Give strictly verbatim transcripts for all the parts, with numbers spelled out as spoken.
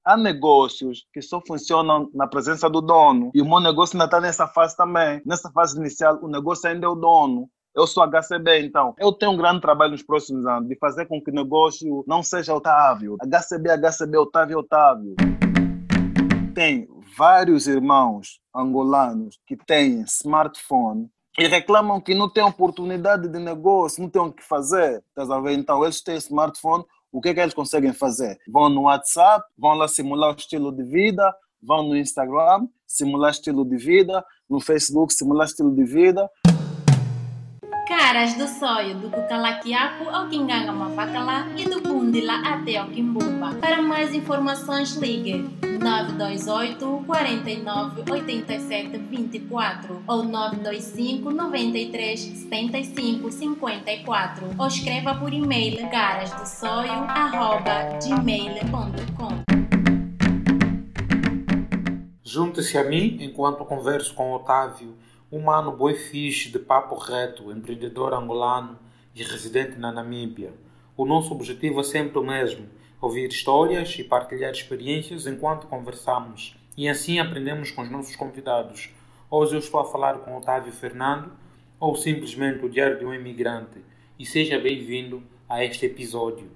Há negócios que só funcionam na presença do dono e o meu negócio ainda está nessa fase também. Nessa fase inicial, o negócio ainda é o dono. Eu sou H C B, então. Eu tenho um grande trabalho nos próximos anos de fazer com que o negócio não seja Otávio. H C B, H C B, Otávio, Otávio. Tem vários irmãos angolanos que têm smartphone e reclamam que não têm oportunidade de negócio, não têm o que fazer. Estás a ver? Então, eles têm smartphone. O que é que eles conseguem fazer? Vão no WhatsApp, vão lá simular o estilo de vida, vão no Instagram, simular estilo de vida, no Facebook, simular estilo de vida. Caras do sonho do Cucalaquiaco ao Quinganga Mavacalá e do Bundila até ao Quimbumba. Para mais informações, ligue nove dois oito, quatro nove, oito sete dois quatro ou nove dois cinco, nove três, sete cinco cinco quatro ou escreva por e-mail carasdossoio arroba gmail ponto com. Junte-se a mim enquanto converso com Otávio, um mano boi fixe de papo reto, empreendedor angolano e residente na Namíbia. O nosso objetivo é sempre o mesmo: ouvir histórias e partilhar experiências enquanto conversamos, e assim aprendemos com os nossos convidados. Hoje eu estou a falar com Otávio Fernando, ou simplesmente o Diário de um Imigrante, e seja bem-vindo a este episódio.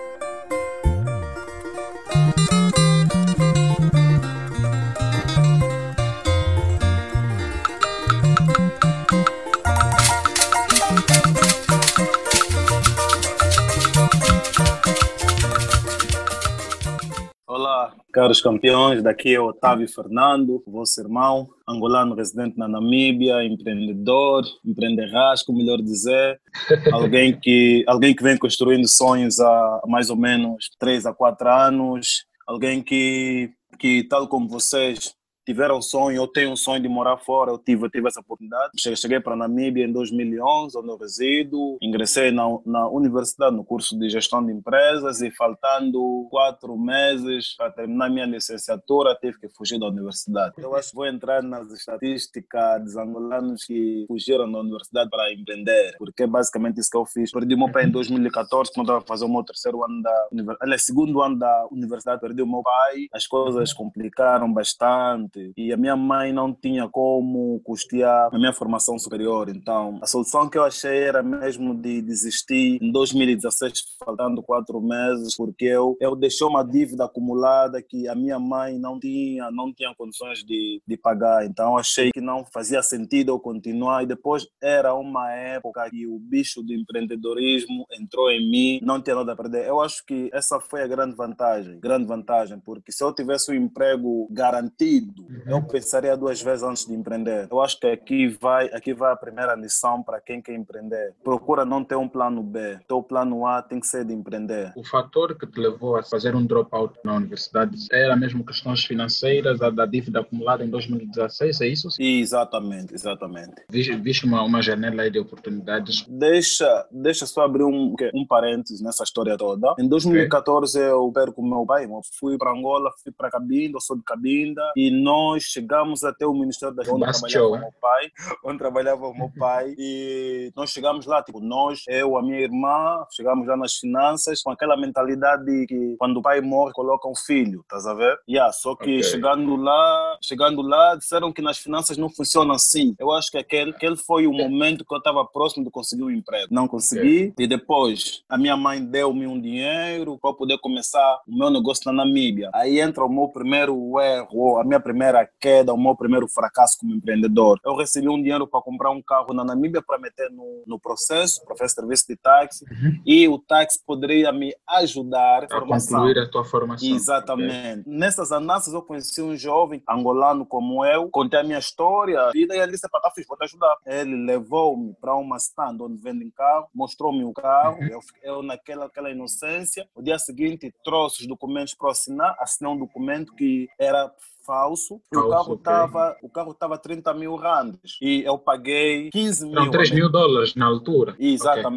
Olá, caros campeões, daqui é Otávio Fernando, vosso irmão, angolano residente na Namíbia, empreendedor, empreenderrasco, melhor dizer, alguém que, alguém que vem construindo sonhos há mais ou menos três a quatro anos, alguém que, que tal como vocês, tiveram o sonho, eu tenho um sonho de morar fora, eu tive, eu tive essa oportunidade. Cheguei para a Namíbia em dois mil e onze, onde eu resido, ingressei na, na universidade no curso de gestão de empresas e faltando quatro meses para terminar minha licenciatura, tive que fugir da universidade. Eu acho que vou entrar nas estatísticas dos angolanos que fugiram da universidade para empreender, porque é basicamente isso que eu fiz. Perdi o meu pai em dois mil e catorze, quando eu estava fazendo o meu terceiro ano da universidade, aliás, segundo ano da universidade, perdi o meu pai, as coisas complicaram bastante. E a minha mãe não tinha como custear a minha formação superior. Então, a solução que eu achei era mesmo de desistir em dois mil e dezesseis, faltando quatro meses, porque eu, eu deixei uma dívida acumulada que a minha mãe não tinha, não tinha condições de, de pagar. Então, achei que não fazia sentido eu continuar. E depois era uma época que o bicho do empreendedorismo entrou em mim, não tinha nada a perder. Eu acho que essa foi a grande vantagem, grande vantagem, porque se eu tivesse um emprego garantido, eu pensaria duas vezes antes de empreender. Eu acho que aqui vai, aqui vai a primeira lição para quem quer empreender. Procura não ter um plano B. Teu plano A tem que ser de empreender. O fator que te levou a fazer um dropout na universidade era mesmo questões financeiras, da, da dívida acumulada em dois mil e dezesseis, é isso? Exatamente, exatamente. Viste, viste uma, uma janela aí de oportunidades? Deixa, deixa só abrir um, um parênteses nessa história toda. Em dois mil e catorze okay. eu perco o meu pai. Eu fui para Angola, fui para Cabinda, eu sou de Cabinda, e nós chegamos até o Ministério da onde trabalhava o meu pai, onde trabalhava o meu pai, e nós chegamos lá, tipo, nós, eu, a minha irmã, chegamos lá nas finanças com aquela mentalidade de que quando o pai morre, coloca um filho, estás a ver? Yeah, só que okay. chegando lá, chegando lá, disseram que nas finanças não funciona assim. Eu acho que aquele, aquele foi o momento que eu estava próximo de conseguir um emprego. Não consegui, okay. e depois a minha mãe deu-me um dinheiro para poder começar o meu negócio na Namíbia. Aí entra o meu primeiro erro, a minha primeira queda, o meu primeiro fracasso como empreendedor. Eu recebi um dinheiro para comprar um carro na Namíbia para meter no, no processo, para fazer serviço de táxi, uhum. e o táxi poderia me ajudar a formação. Concluir a tua formação. Exatamente. Okay. Nessas andanças eu conheci um jovem angolano como eu, contei a minha história, e daí ele disse, tá, fiz, vou te ajudar. Ele levou-me para uma stand onde vendem carro, mostrou-me o carro, uhum. eu, eu naquela aquela inocência, no dia seguinte trouxe os documentos para assinar, assinei um documento que era falso, e o carro estava okay. o carro estava trinta mil randes e eu paguei quinze mil. Não, três mil dólares na altura. Exatamente. Okay.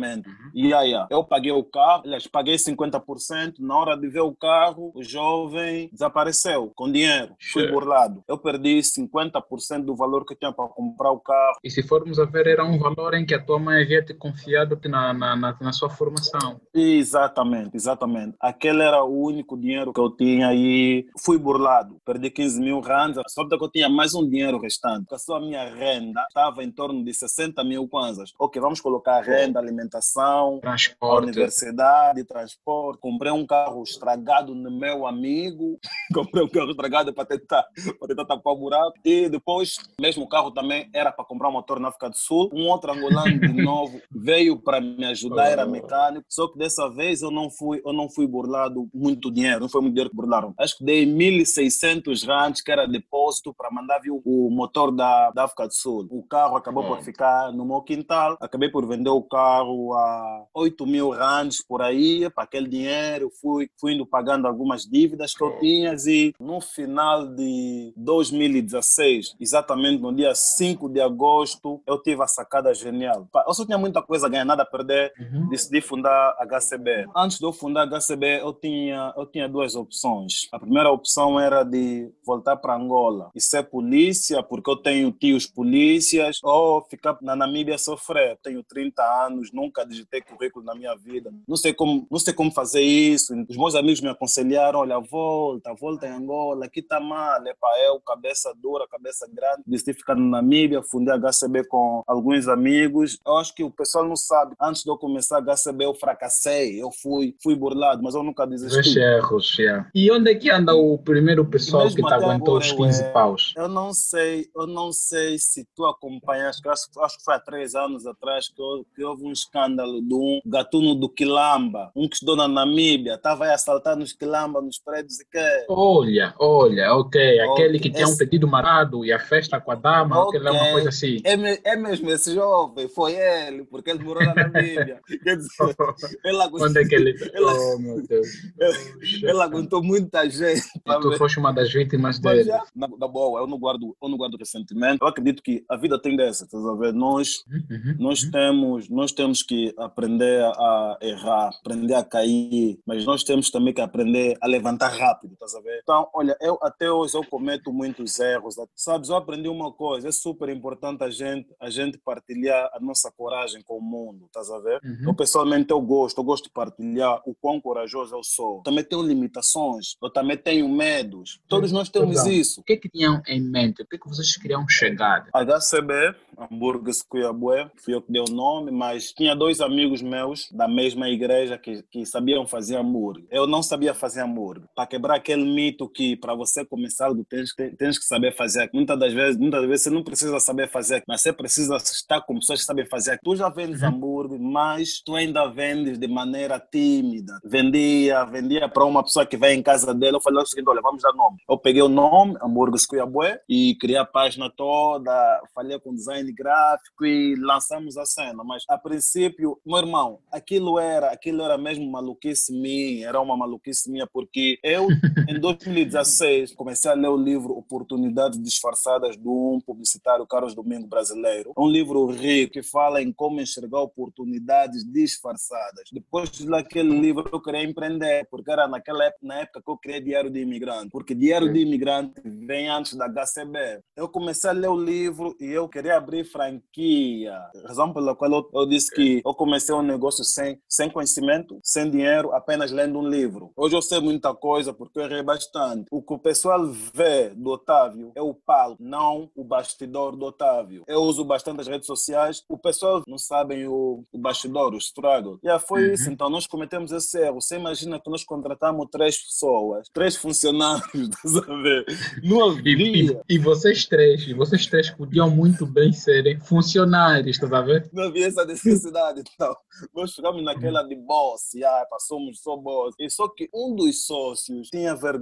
Yeah, yeah. Eu paguei o carro, aliás, paguei cinquenta por cento. Na hora de ver o carro, o jovem desapareceu com dinheiro. Fui Sure. burlado. Eu perdi cinquenta por cento do valor que eu tinha para comprar o carro. E se formos a ver, era um valor em que a tua mãe havia te confiado na, na, na, na sua formação. Exatamente, exatamente. Aquele era o único dinheiro que eu tinha e fui burlado. Perdi quinze mil rands. A sorte é que eu tinha mais um dinheiro restante. Porque só a minha renda estava em torno de sessenta mil kwanzas. Ok, vamos colocar renda, alimentação, a Transporte. universidade, transporte. Comprei um carro estragado no meu amigo. Comprei um carro estragado para tentar, para tentar tapar o buraco. E depois, mesmo o carro também era para comprar um motor na África do Sul. Um outro angolano de novo veio para me ajudar, era mecânico. Só que dessa vez eu não fui, eu não fui burlado muito dinheiro. Não foi muito dinheiro que burlaram. Acho que dei mil e seiscentos rands, que era depósito, para mandar vir o, o motor da, da África do Sul. O carro acabou por ficar no meu quintal. Acabei por vender o carro a oito mil rands por aí. Para aquele dinheiro, fui, fui indo pagando algumas dívidas que eu tinha. E no final de dois mil e dezesseis, exatamente no dia cinco de agosto, eu tive a sacada genial. Pá, eu só tinha muita coisa a ganhar, nada a perder. Uhum. Decidi fundar a H C B. Antes de eu fundar a H C B, eu tinha, eu tinha duas opções. A primeira opção era de voltar para Angola e ser polícia, porque eu tenho tios polícias, ou ficar na Namíbia a sofrer. Eu tenho trinta anos, nunca digitei currículo na minha vida. Não sei como, não sei como fazer isso. Os meus amigos me aconselharam, olha, volta, volta em Angola, aqui está mal. É para eu, cabeça dura, cabeça grande. Decidi ficar na Namíbia, fundei a H C B com alguns amigos. Eu acho que o pessoal não sabe. Antes de eu começar a H C B, eu fracassei, eu fui, fui burlado, mas eu nunca desisti. Vês erros, yeah. E onde é que anda o primeiro pessoal que mesmo te até aguentou agora, os eu, quinze é, paus? eu não sei, eu não sei se tu acompanhaste, que acho, acho que foi há três anos atrás que, eu, que houve um escândalo de um gatuno do Quilamba, um que estudou na Namíbia, estava aí a assaltar nos Quilamba, nos prédios e que... Olha, olha, ok, aquele Ok, que tinha um esse- pedido marcado e a festa com a dama, aquele é uma coisa ok, assim. é, me- é mesmo esse jovem, foi ele, porque ele morou na Namíbia. Quer dizer, ele aguentou, Onde é que ele... ele, Oh, meu Deus. ele, ele aguentou muita gente, E tu sabe? foste uma das vítimas Mas dele. já, na, na boa, eu não guardo, eu não guardo ressentimento. Eu acredito que a vida tem dessa, estás a ver? Nós, Uhum, nós, uhum. temos, nós temos que aprender a errar, aprender a cair, mas nós temos também que aprender a levantar rápido, estás a ver? Então, olha, eu até hoje eu cometo muitos erros, sabes? Eu aprendi uma coisa, é super importante a gente, a gente partilhar a nossa coragem com o mundo, estás a ver? Eu Uhum. pessoalmente eu gosto, eu gosto de partilhar o quão corajoso eu sou. Também tenho limitações, eu também tenho medos. Todos nós temos Perdão, isso. o que é que tinham em mente? O que é que vocês queriam chegar? H C B, Hambúrguer Cuiabué, fui eu que dei o nome, mas tinha dois amigos meus da mesma igreja que, que sabiam fazer hambúrguer. Eu não sabia fazer hambúrguer. Para quebrar aquele mito que para você começar algo tens que, tens que saber fazer. Muitas das vezes, muitas das vezes você não precisa saber fazer, mas você precisa estar com pessoas que sabem fazer. Tu já vendes Uhum. hambúrguer, mas tu ainda vendes de maneira tímida. Vendia, vendia para uma pessoa que vem em casa dele. Eu falei o seguinte, olha, vamos dar nome. Eu peguei o nome, Hambúrguer Cuiabué, e criei a página toda, falei com design gráfico e lançamos a cena. Mas, a princípio, meu irmão, aquilo era, aquilo era mesmo maluquice minha, era uma maluquice minha, porque eu, em dois mil e dezesseis, comecei a ler o livro Oportunidades Disfarçadas de um publicitário, Carlos Domingo Brasileiro. É um livro rico que fala em como enxergar oportunidades disfarçadas. Depois daquele livro, eu queria empreender, porque era naquela época, na época que eu criei Diário de Imigrante, porque Diário de Imigrante vem antes da H C B. Eu comecei a ler o livro e eu queria abrir franquia. A razão pela qual eu, eu disse que eu comecei um negócio sem, sem conhecimento, sem dinheiro, apenas lendo um livro. Hoje eu sei muita coisa porque eu errei bastante. O que o pessoal vê do Otávio é o palco, não o bastidor do Otávio. Eu uso bastante as redes sociais, o pessoal não sabe o, o bastidor, o struggle. E yeah, foi Uhum. isso, então nós cometemos esse erro. Você imagina que nós contratamos três pessoas, três funcionários, sabe? Não E, havia. e, e vocês três, e vocês três podiam muito bem serem funcionários, estás a ver? Não havia essa necessidade, então. Nós ficamos naquela de boss, yeah, passamos só boss. E só que um dos sócios tinha vergonha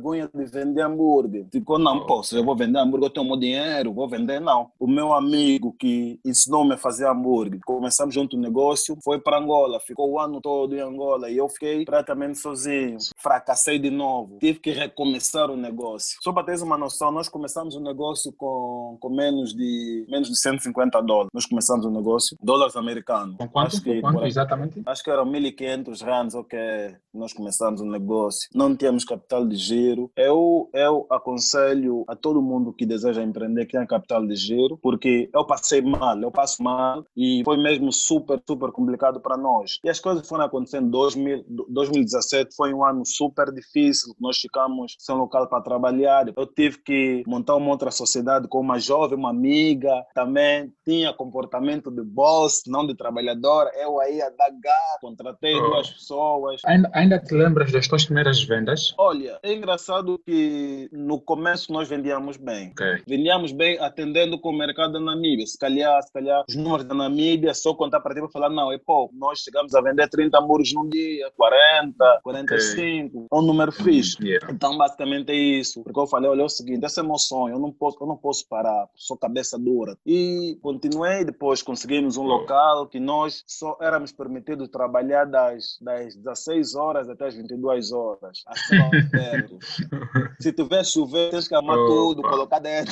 vergonha de vender hambúrguer. Ficou, não posso, eu vou vender hambúrguer, eu tenho meu dinheiro, vou vender, não. O meu amigo que ensinou-me a fazer hambúrguer, começamos junto o negócio, foi para Angola, ficou o ano todo em Angola e eu fiquei praticamente sozinho. Fracassei de novo, tive que recomeçar o negócio. Só para teres uma noção, nós começamos o negócio com, com menos, de, menos de cento e cinquenta dólares. Nós começamos o negócio, dólares americanos. Com quanto? Acho que, Com quanto por, exatamente? Acho que eram mil e quinhentos rands, ok. Nós começamos o negócio. Não tínhamos capital de giro. Eu, eu aconselho a todo mundo que deseja empreender que tenha capital de giro, porque eu passei mal, eu passo mal e foi mesmo super, super complicado para nós. E as coisas foram acontecendo. dois mil, dois mil e dezassete foi um ano super difícil. Nós ficamos sem local para trabalhar. Eu tive que montar uma outra sociedade com uma jovem, uma amiga. Também tinha comportamento de boss, não de trabalhador. Eu aí a dar gato, contratei Oh. duas pessoas. Ainda, ainda te lembras das tuas primeiras vendas? Olha, é engraçado que no começo nós vendíamos bem. Ok. Vendíamos bem atendendo com o mercado da Namíbia. Se calhar, se calhar, os números da Namíbia, só contar para ti para falar, não, é pouco. Nós chegamos a vender trinta hambúrgueres num dia, quarenta, quarenta e cinco. É um número fixe. Yeah. Então, basicamente é isso. Porque eu falei, olha, é o seguinte, esse é o meu sonho, eu não posso, eu não posso parar, sou cabeça dura. E continuei, depois conseguimos um local que nós só éramos permitidos trabalhar das, das dezesseis horas até as vinte e duas horas. Assim, aberto. Se tiver chover, tens que amar Opa. tudo, colocar dentro.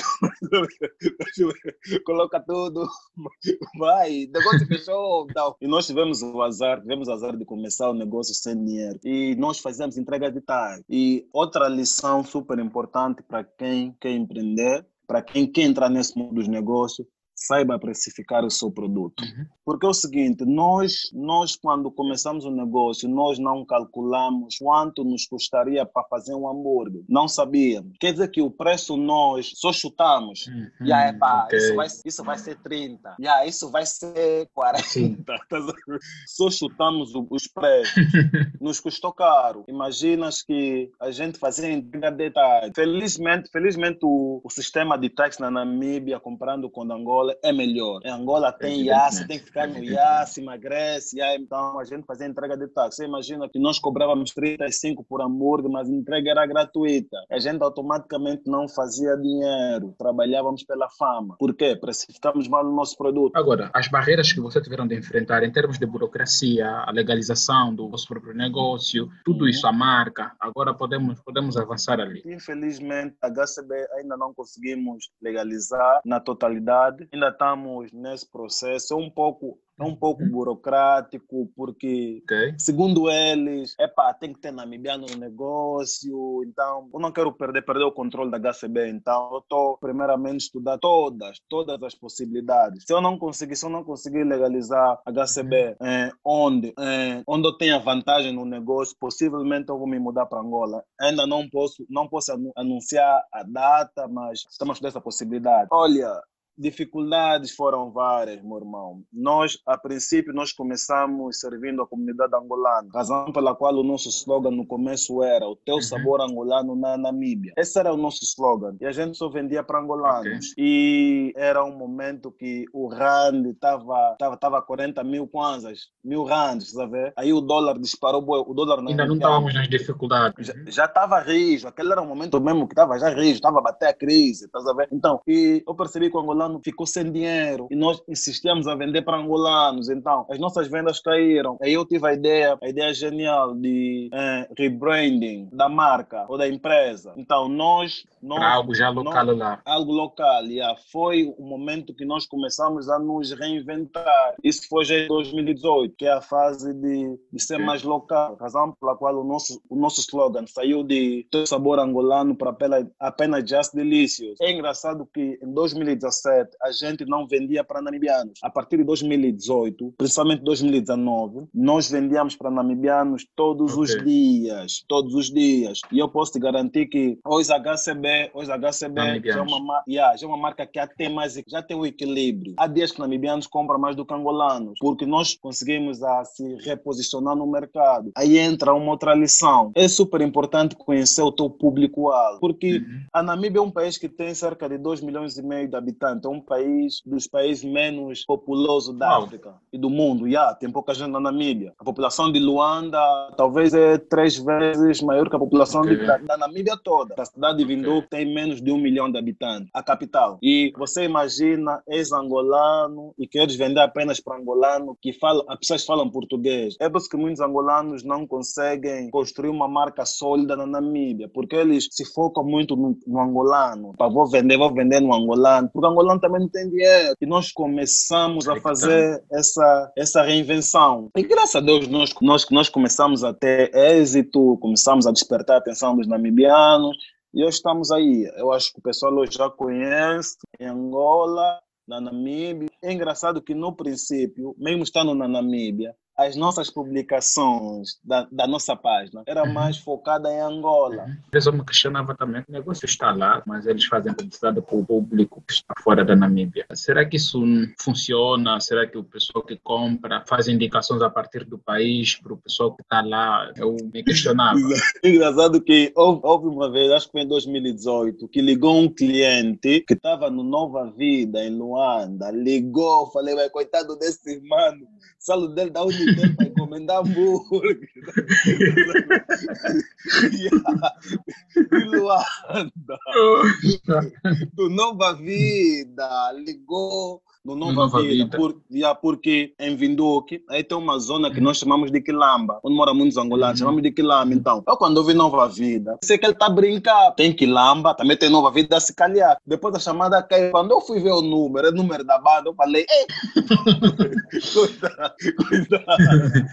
Coloca tudo. Vai, negócio fechou. Então. E nós tivemos o azar, tivemos o azar de começar o negócio sem dinheiro. E nós fazíamos entrega de tarde. E outra lição super importante para quem quer empreender, para quem quer entrar nesse mundo dos negócios, saiba precificar o seu produto. Uhum. Porque é o seguinte, nós, nós quando começamos o negócio, nós não calculamos quanto nos custaria para fazer um hambúrguer. Não sabíamos. Quer dizer que o preço nós só chutamos. Uhum. E aí, pá, Ok. isso, vai, isso vai ser trinta. E aí, isso vai ser quarenta. Só chutamos o- os preços. Nos custou caro. Imaginas que a gente fazia entrega de detalhe. Felizmente, felizmente o, o sistema de tax na Namíbia, comparando com Angola, é melhor. Em Angola tem I A S, tem que ficar no I A S, emagrece, e aí, então a gente fazia entrega de táxi. Você imagina que nós cobrávamos trinta e cinco por hambúrguer, mas a entrega era gratuita. A gente automaticamente não fazia dinheiro, trabalhávamos pela fama. Por quê? Precificamos mal o nosso produto. Agora, as barreiras que você tiveram de enfrentar em termos de burocracia, a legalização do vosso próprio negócio, tudo Uhum. isso, a marca, agora podemos, podemos avançar ali. Infelizmente, a H C B ainda não conseguimos legalizar na totalidade. Ainda estamos nesse processo. É um pouco, é um pouco burocrático, porque, Ok? segundo eles, epá, tem que ter namibiano no negócio. Então, eu não quero perder, perder o controle da H C B. Então, eu estou, primeiramente, estudar todas, todas as possibilidades. Se eu não conseguir, se eu não conseguir legalizar a H C B eh, onde, eh, onde eu tenha vantagem no negócio, possivelmente eu vou me mudar para Angola. Ainda não posso, não posso anu- anunciar a data, mas estamos dessa possibilidade. Olha, dificuldades foram várias, meu irmão. Nós, a princípio, nós começamos servindo a comunidade angolana, razão pela qual o nosso slogan no começo era o teu sabor angolano na Namíbia. Esse era o nosso slogan. E a gente só vendia para angolanos. Ok. E era um momento que o rand estava tava, tava quarenta mil kwanzas, mil rands, sabe? Aí o dólar disparou, bué, o dólar Ainda não estávamos nas dificuldades. já, já estava rijo, aquele era o momento mesmo que estava já rijo, estava a bater a crise, estás a ver? Então, e eu percebi que o angolano ficou sem dinheiro e nós insistíamos a vender para angolanos, então as nossas vendas caíram. Aí eu tive a ideia, a ideia genial de eh, rebranding da marca ou da empresa. Então, nós... nós Para algo já local nós, lá. Algo local, yeah. Foi o momento que nós começamos a nos reinventar. Isso foi já em dois mil e dezoito, que é a fase de, de ser Sim. mais local, razão pela qual o nosso, o nosso slogan saiu de teu sabor angolano para apenas, apenas Just Delicious. É engraçado que em dois mil e dezassete a gente não vendia para namibianos. A partir de dois mil e dezoito, principalmente dois mil e dezenove, nós vendíamos para namibianos todos Ok. os dias, todos os dias. E eu posso te garantir que hoje a H C B, hoje a H C B já é, Namibianos. uma, ma- yeah, já é uma marca que já tem mais, já tem o equilíbrio. Há dias que namibianos compram mais do que angolanos, porque nós conseguimos a se reposicionar no mercado. Aí entra uma outra lição. É super importante conhecer o teu público-alvo, porque Uhum. a Namíbia é um país que tem cerca de dois milhões e meio de habitantes. é um país dos países menos populosos da Uau. África e do mundo. Yeah, tem pouca gente na Namíbia. A população de Luanda talvez é três vezes maior que a população Ok. de, da, da Namíbia toda. A cidade de Windhoek tem menos de um milhão de habitantes, a capital. E você imagina, és angolano e queres vender apenas para angolano que fala, as pessoas falam português. É por isso que muitos angolanos não conseguem construir uma marca sólida na Namíbia, porque eles se focam muito no, no angolano. Pá, vou vender, vou vender no angolano, porque o angolano também não tem dinheiro. E nós começamos a fazer essa, essa reinvenção. E graças a Deus nós, nós, nós começamos a ter êxito, começamos a despertar a atenção dos namibianos e hoje estamos aí. Eu acho que o pessoal hoje já conhece em Angola, na Namíbia. É engraçado que no princípio, mesmo estando na Namíbia, as nossas publicações da, da nossa página eram mais focadas em Angola. Eu me questionava também, o negócio está lá, mas eles fazem publicidade para o público que está fora da Namíbia. Será que isso funciona? Será que o pessoal que compra faz indicações a partir do país para o pessoal que está lá? Eu me questionava. Engraçado que houve, houve uma vez, acho que foi em dois mil e dezoito, que ligou um cliente que estava no Nova Vida, em Luanda. Ligou, falei, vai, coitado desse mano, o salário dele dá onde tem para encomendar hambúrguer. De Luanda, do Nova Vida, ligou no Nova, Nova Vida, Vida. Por, yeah, porque em Windhoek, aí tem uma zona que nós chamamos de Quilamba, onde moram muitos angolanos, chamamos de Quilamba. Então, eu quando eu vi Nova Vida, sei que ele está a brincar. Tem Quilamba, também tem Nova Vida, se calhar. Depois da chamada caiu. Quando eu fui ver o número, o número da banda, eu falei, ei! Cuidado, cuidado,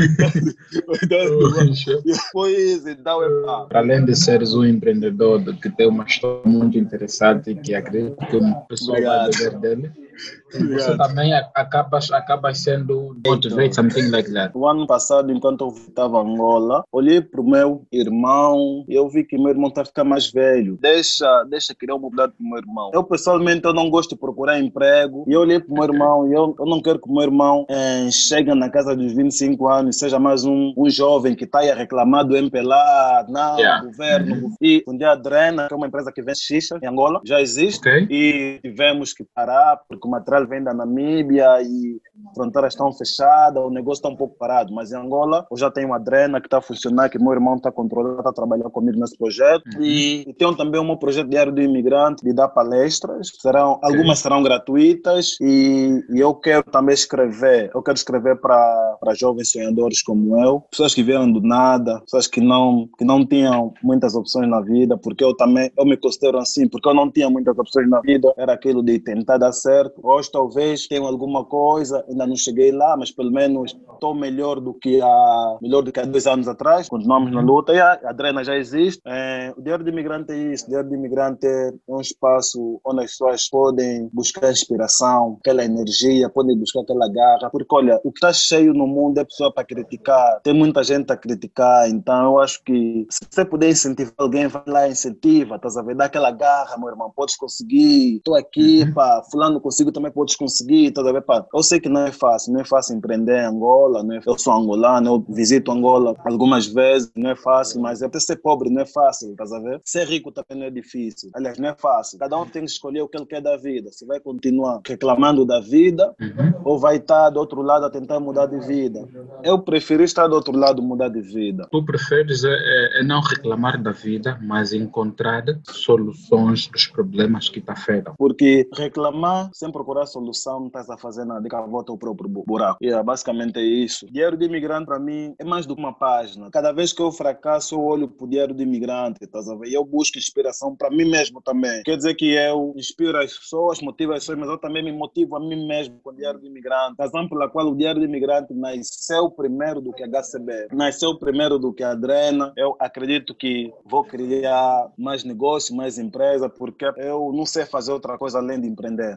cuidado, cuidado. Foi isso, então é pá. Para além de seres um empreendedor que tem uma história muito interessante e que acredito que o pessoal Obrigado. vai beber dele, você Obrigado. também acabas, acabas sendo motivate, something like that. O ano passado, enquanto eu estava em Angola, olhei para o meu irmão e eu vi que meu irmão está a ficar mais velho. Deixa, deixa criar uma oportunidade para o meu irmão. Eu, pessoalmente, eu não gosto de procurar emprego. E eu olhei para o meu irmão e eu, eu não quero que o meu irmão eh, chegue na casa dos vinte e cinco anos e seja mais um, um jovem que está aí a reclamar do M P L A, não, Yeah. governo. Uhum. E um dia a Drena, que é uma empresa que vende xixa em Angola, já existe. Ok. E tivemos que parar porque o material vem da Namíbia e fronteiras estão fechadas, o negócio está um pouco parado. Mas em Angola, eu já tenho uma Drena que está a funcionar, que meu irmão está controlando, está trabalhando comigo nesse projeto. Uhum. E, e tenho também um projeto diário do imigrante de dar palestras. Serão, okay. Algumas serão gratuitas e, e eu quero também escrever. Eu quero escrever para jovens sonhadores como eu, pessoas que vieram do nada, pessoas que não, que não tinham muitas opções na vida, porque eu também, eu me considero assim, porque eu não tinha muitas opções na vida, era aquilo de tentar dar certo. Hoje talvez tenha alguma coisa, ainda não cheguei lá, mas pelo menos estou melhor do que há, melhor do que há dois anos atrás, continuamos na luta, e a, a Drena já existe. É, o Diário do Imigrante é isso, o Diário do Imigrante é um espaço onde as pessoas podem buscar inspiração, aquela energia, podem buscar aquela garra, porque olha, o que está cheio no mundo é pessoa para criticar, tem muita gente a criticar, então eu acho que se você puder incentivar alguém, vai lá e incentiva, estás a ver, dá aquela garra, meu irmão, podes conseguir, estou aqui, uhum. pá, fulano consigo, também podes conseguir, estás a ver, pá, eu sei que não é fácil, não é fácil empreender em Angola, não é, eu sou angolano, eu visito Angola algumas vezes, não é fácil, mas até ser pobre não é fácil, estás a ver, ser rico também não é difícil, aliás, não é fácil, cada um tem que escolher o que ele quer da vida, se vai continuar reclamando da vida, uhum. ou vai estar do outro lado a tentar mudar de vida. Eu prefiro estar do outro lado, mudar de vida. Tu preferes é, é não reclamar da vida, mas encontrar soluções dos problemas que te afetam. Porque reclamar sem procurar solução não estás a fazer nada, que volta ao próprio buraco. E yeah, basicamente é isso. Diário de Imigrante para mim é mais do que uma página. Cada vez que eu fracasso, eu olho para o Diário de Imigrante, estás a ver? E eu busco inspiração para mim mesmo também. Quer dizer que eu inspiro as pessoas, motivo as pessoas, mas eu também me motivo a mim mesmo com o Diário de Imigrante. Razão pela qual o Diário de Imigrante nasceu primeiro do que a H C B, nasceu primeiro do que a Drena. Eu acredito que vou criar mais negócio, mais empresa, porque eu não sei fazer outra coisa além de empreender. Não sei fazer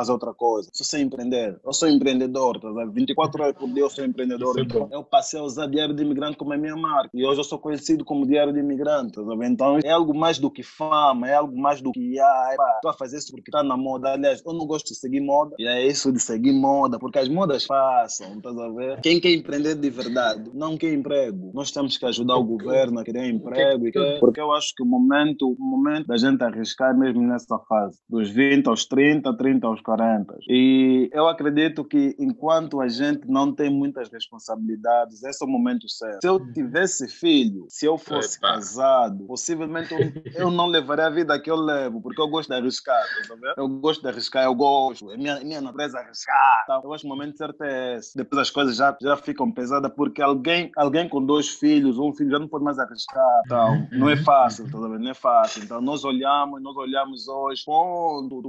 fazer outra coisa. Só sei empreender. Eu sou empreendedor, tá vendo? vinte e quatro horas por dia eu sou empreendedor. Isso é bom. Eu passei a usar Diário de Imigrante como a minha marca. E hoje eu sou conhecido como Diário de Imigrante, tá vendo? Então é algo mais do que fama, é algo mais do que, ah, estou a fazer isso porque está na moda. Aliás, eu não gosto de seguir moda. E é isso de seguir moda, porque as modas passam, tá a ver? Quem quer empreender de verdade não quer emprego. Nós temos que ajudar o governo a criar emprego. E quer, porque eu acho que o momento, o momento da gente arriscar é mesmo nessa fase, dos vinte aos trinta, trinta aos quarenta. E eu acredito que enquanto a gente não tem muitas responsabilidades, esse é o momento certo. Se eu tivesse filho, se eu fosse Epa. casado, possivelmente eu, eu não levaria a vida que eu levo, porque eu gosto de arriscar, tá vendo? Eu gosto de arriscar, eu gosto. É minha, minha natureza arriscar. Tá? Eu acho que o momento certo é esse. Depois as coisas já, já ficam pesadas, porque alguém, alguém com dois filhos, um filho já não pode mais arriscar. Então, não é fácil, tá vendo? Não é fácil. Então, nós olhamos, nós olhamos hoje, Ponto,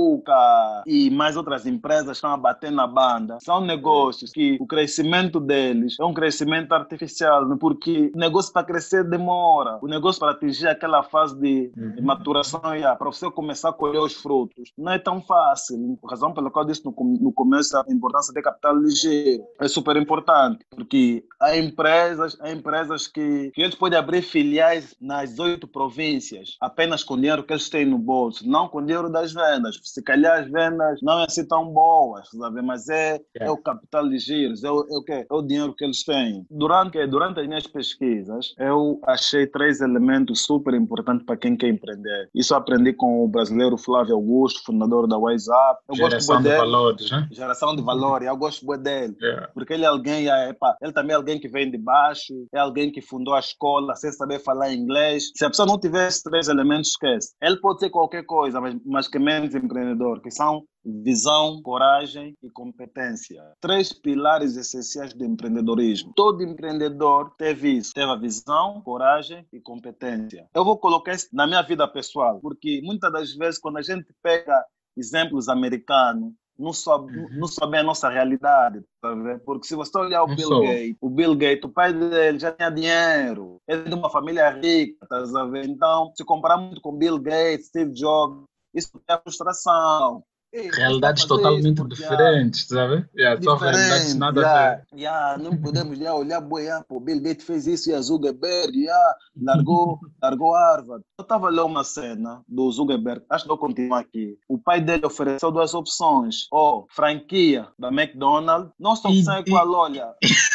Tupuca e mais outras empresas estão a bater na banda. São negócios que o crescimento deles é um crescimento artificial, né? Porque o negócio para crescer demora. O negócio para atingir aquela fase de, de maturação, yeah, para você começar a colher os frutos, não é tão fácil. A razão pela qual eu disse no, no começo a importância de capital ligeiro é super importante, porque há empresas, há empresas que, que eles podem abrir filiais nas oito províncias, apenas com dinheiro que eles têm no bolso, não com dinheiro das vendas. Se calhar as vendas não é assim tão boas, sabe? Mas é, é o capital ligeiro, é o, é, o quê? É o dinheiro que eles têm. Durante, durante as minhas pesquisas, eu achei três elementos super importantes para quem quer empreender. Isso eu aprendi com o brasileiro Flávio Augusto, fundador da WhatsApp. Eu Geração gosto de dele. valores, né? Geração de valor, eu gosto muito dele. Yeah. Porque ele é alguém, é, pá, ele também é alguém que vem de baixo, é alguém que fundou a escola sem saber falar inglês. Se a pessoa não tiver esses três elementos, esquece. Ele pode ser qualquer coisa, mas, mas que menos empreendedor, que são visão, coragem e competência. Três pilares essenciais do empreendedorismo. Todo empreendedor teve isso. Teve a visão, coragem e competência. Eu vou colocar isso na minha vida pessoal, porque muitas das vezes quando a gente pega exemplos americanos, não sabe, uhum. não sabe a nossa realidade, tá vendo? Porque se você olhar o não Bill sou. Gates, o Bill Gates, o pai dele já tinha dinheiro, ele é de uma família rica, tá vendo? Então, se comparar muito com Bill Gates, Steve Jobs, isso é frustração. Ei, realidades totalmente diferentes, sabe? Yeah, são realidades nada yeah, a ver. Yeah, não podemos yeah, olhar, boy, yeah, pô, Bill Gates fez isso e a Zuckerberg yeah, largou, largou Harvard. Eu estava a ler uma cena do Zuckerberg, acho que vou continuar aqui. O pai dele ofereceu duas opções. Ou franquia da McDonald's, nossa opção é qual, olha.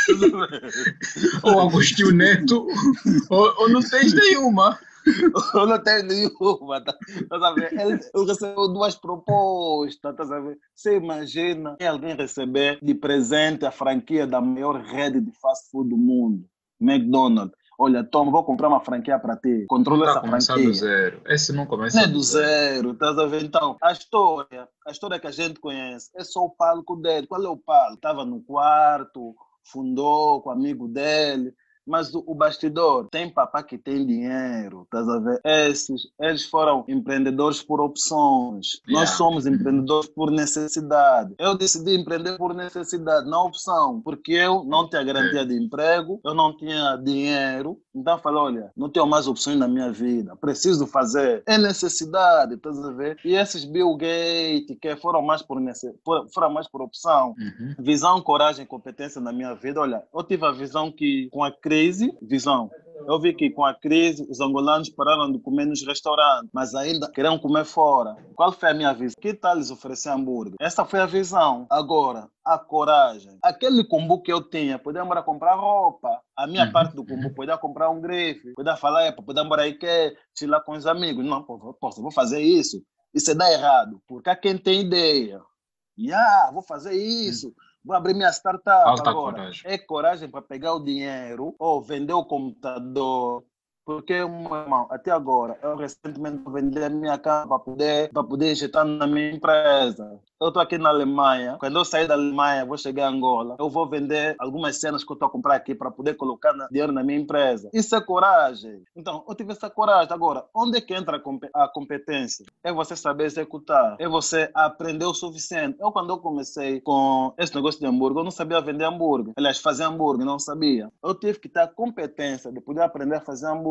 Ou Agostinho Neto, ou, ou não tens nenhuma. Eu não tenho nenhuma, tá, tá sabendo? Ele, ele recebeu duas propostas, tá sabendo? Você imagina alguém receber de presente a franquia da maior rede de fast food do mundo, McDonald's. Olha, Tom, vou comprar uma franquia para ti. Controla essa franquia. Do zero. Esse não começa não é do zero, tá sabendo? Então, a história, a história que a gente conhece é só o palco dele. Qual é o palco? Estava no quarto, fundou com o amigo dele. Mas o, o bastidor tem papá que tem dinheiro, tá a ver? Esses, eles foram empreendedores por opções. Yeah. Nós somos empreendedores por necessidade. Eu decidi empreender por necessidade, não opção, porque eu não tinha garantia de emprego, eu não tinha dinheiro. Então eu falei, olha, não tenho mais opções na minha vida, preciso fazer. É necessidade, tá a ver? E esses Bill Gates, que foram mais por, necess... foram mais por opção, uhum. Visão, coragem e competência na minha vida. Olha, eu tive a visão que com a crise, visão, eu vi que com a crise os angolanos pararam de comer nos restaurantes, mas ainda queriam comer fora. Qual foi a minha visão? Que tal lhes oferecer hambúrguer? Essa foi a visão. Agora, a coragem. Aquele combo que eu tinha, podia ir comprar roupa. A minha uhum. parte do combo, podia comprar um grife. Podia falar, é, podia ir aí que chilar com os amigos. Não, posso, vou fazer isso. Isso é dar errado. Porque há quem tem ideia. Yeah, vou fazer isso. Uhum. Vou abrir minha startup Alta agora. Coragem. É coragem para pegar o dinheiro ou vender o computador. Porque, meu irmão, até agora, eu recentemente vendi a minha casa para poder, para poder injetar na minha empresa. Eu estou aqui na Alemanha. Quando eu sair da Alemanha, vou chegar a Angola. Eu vou vender algumas cenas que eu estou a comprar aqui para poder colocar dinheiro na minha empresa. Isso é coragem. Então, eu tive essa coragem. Agora, onde é que entra a competência? É você saber executar. É você aprender o suficiente. Eu, quando eu comecei com esse negócio de hambúrguer, eu não sabia vender hambúrguer. Aliás, fazer hambúrguer, não sabia. Eu tive que ter a competência de poder aprender a fazer hambúrguer.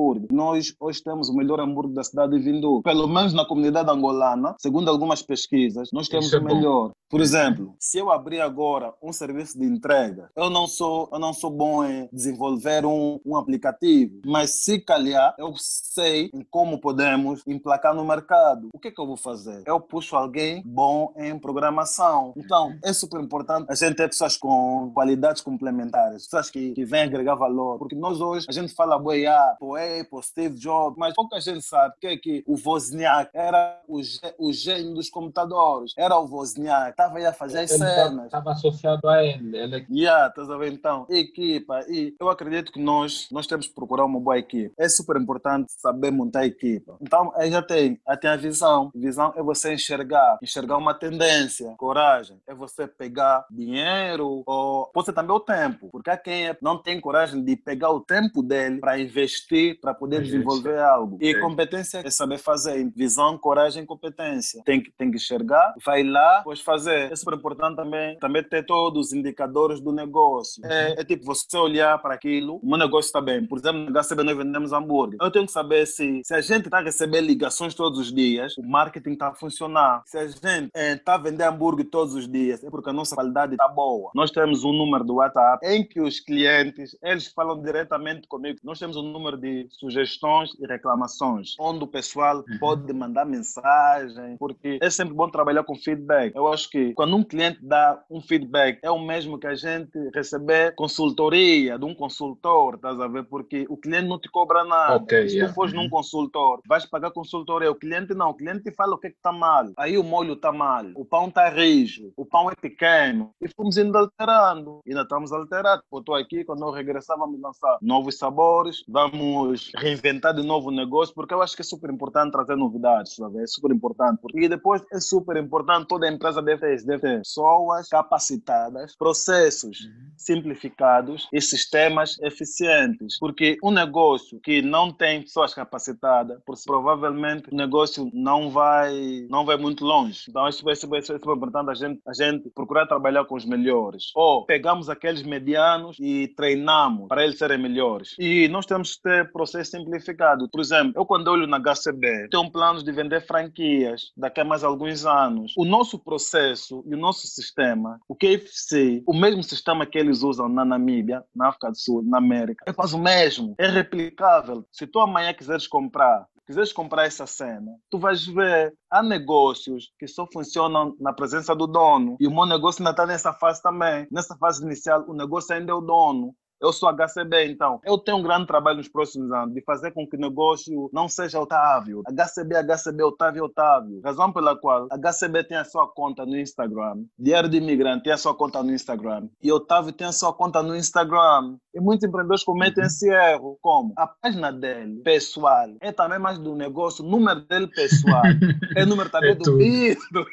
hambúrguer. Nós hoje temos o melhor hambúrguer da cidade de Vindu. Pelo menos na comunidade angolana, segundo algumas pesquisas, nós temos Isso é o bom. melhor. Por exemplo, se eu abrir agora um serviço de entrega, eu não sou, eu não sou bom em desenvolver um, um aplicativo, mas se calhar eu sei em como podemos emplacar no mercado. O que é que eu vou fazer? Eu puxo alguém bom em programação. Então, é super importante a gente ter pessoas com qualidades complementares, pessoas que, que vêm agregar valor, porque nós hoje, a gente fala boi, ah, pro Apple, Steve Jobs, mas pouca gente sabe que é que o Wozniak era o, o gênio dos computadores, era o Wozniak, estava aí a fazer as cenas. Estava associado a ele. ele... Yeah, estás a ver? Então, equipa, e eu acredito que nós, nós temos que procurar uma boa equipe. É super importante saber montar a equipa. Então, aí já tem, aí tem a visão. Visão é você enxergar, enxergar uma tendência. Coragem é você pegar dinheiro ou pode ser também o tempo, porque há quem é, não tem coragem de pegar o tempo dele para investir, para poder desenvolver algo. E competência é saber fazer. Visão, coragem e competência. Tem que, tem que enxergar, vai lá, depois fazer. É super importante também, também ter todos os indicadores do negócio. É, é tipo, você olhar para aquilo, o meu negócio está bem. Por exemplo, no H C B nós vendemos hambúrguer. Eu tenho que saber se, se a gente está a receber ligações todos os dias, o marketing está a funcionar. Se a gente está é, a vender hambúrguer todos os dias, é porque a nossa qualidade está boa. Nós temos um número do WhatsApp em que os clientes, eles falam diretamente comigo. Nós temos um número de sugestões e reclamações, onde o pessoal uhum. pode mandar mensagem, porque é sempre bom trabalhar com feedback. Eu acho que quando um cliente dá um feedback, é o mesmo que a gente receber consultoria de um consultor, estás a ver? Porque o cliente não te cobra nada. Okay, Se yeah. tu fores uhum. num consultor, vais pagar consultoria. O cliente não. O cliente te fala o que é que está mal. Aí o molho está mal, o pão está rijo, o pão é pequeno. E fomos ainda alterando. Ainda estamos alterados. Eu estou aqui, quando eu regressar, vamos lançar novos sabores, vamos reinventar de novo o negócio, porque eu acho que é super importante trazer novidades, sabe? É super importante. Porque depois é super importante, toda a empresa deve ter, deve ter pessoas capacitadas, processos uhum. simplificados e sistemas eficientes. Porque um negócio que não tem pessoas capacitadas, provavelmente o negócio não vai, não vai muito longe. Então, acho que é super, super importante a gente, a gente procurar trabalhar com os melhores. Ou pegamos aqueles medianos e treinamos para eles serem melhores. E nós temos que ter processo simplificado. Por exemplo, eu quando olho na H C B, tenho planos de vender franquias daqui a mais alguns anos. O nosso processo e o nosso sistema, o K F C, o mesmo sistema que eles usam na Namíbia, na África do Sul, na América, é quase o mesmo. É replicável. Se tu amanhã quiseres comprar quiseres comprar essa cena, tu vais ver, há negócios que só funcionam na presença do dono. E o meu negócio ainda está nessa fase também. Nessa fase inicial, o negócio ainda é o dono. Eu sou H C B, então. Eu tenho um grande trabalho nos próximos anos de fazer com que o negócio não seja Otávio. H C B, H C B, Otávio, Otávio. Razão pela qual H C B tem a sua conta no Instagram, Diário de Imigrante tem a sua conta no Instagram e Otávio tem a sua conta no Instagram. E muitos empreendedores cometem uhum. esse erro. Como? A página dele, pessoal, é também mais do negócio. O número dele, pessoal, é número também é do vídeo.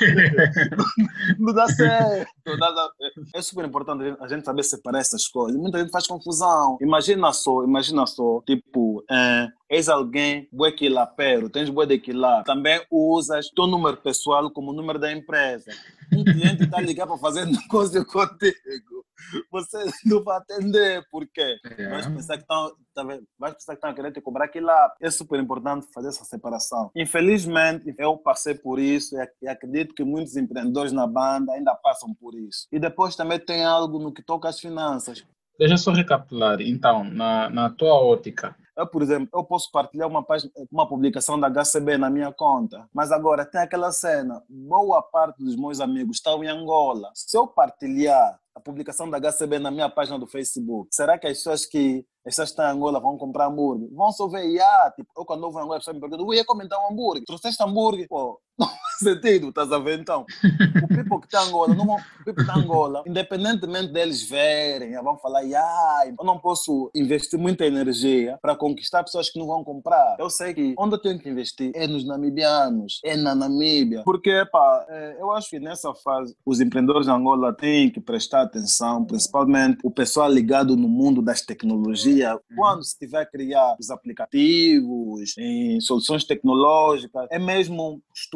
Não dá certo. É super importante a gente saber separar essas coisas. Muita gente faz confusão. Imagina só, imagina só, tipo, é, és alguém, bué quilapero, tens bué de quilap. Também usas teu número pessoal como número da empresa. Um cliente está a ligar para fazer negócio contigo. Você não vai atender, por quê? É. Vais pensar que estão, vais pensar que estão a querer te cobrar aquilo lá. É super importante fazer essa separação. Infelizmente, eu passei por isso e acredito que muitos empreendedores na banda ainda passam por isso. E depois também tem algo no que toca às finanças. Deixa eu só recapitular. Então, na, na tua ótica, eu, por exemplo, eu posso partilhar uma, página, uma publicação da H C B na minha conta, mas agora tem aquela cena, boa parte dos meus amigos estão em Angola. Se eu partilhar a publicação da H C B na minha página do Facebook, será que as pessoas que as pessoas que estão em Angola vão comprar hambúrguer? Vão só ver, yeah, tipo, eu quando eu vou em Angola, a pessoa me pergunta, eu ia comentar um hambúrguer, trouxeste hambúrguer? Pô, não faz sentido, estás a ver? Então, o people que está em Angola, não, o people que está em Angola, independentemente deles verem, vão falar, yeah, eu não posso investir muita energia para conquistar pessoas que não vão comprar. Eu sei que onde eu tenho que investir é nos namibianos, é na Namíbia, porque, pá, é, eu acho que nessa fase os empreendedores de Angola têm que prestar atenção, principalmente o pessoal ligado no mundo das tecnologias. Quando se tiver a criar os aplicativos, em soluções tecnológicas, é mesmo estudar a nossa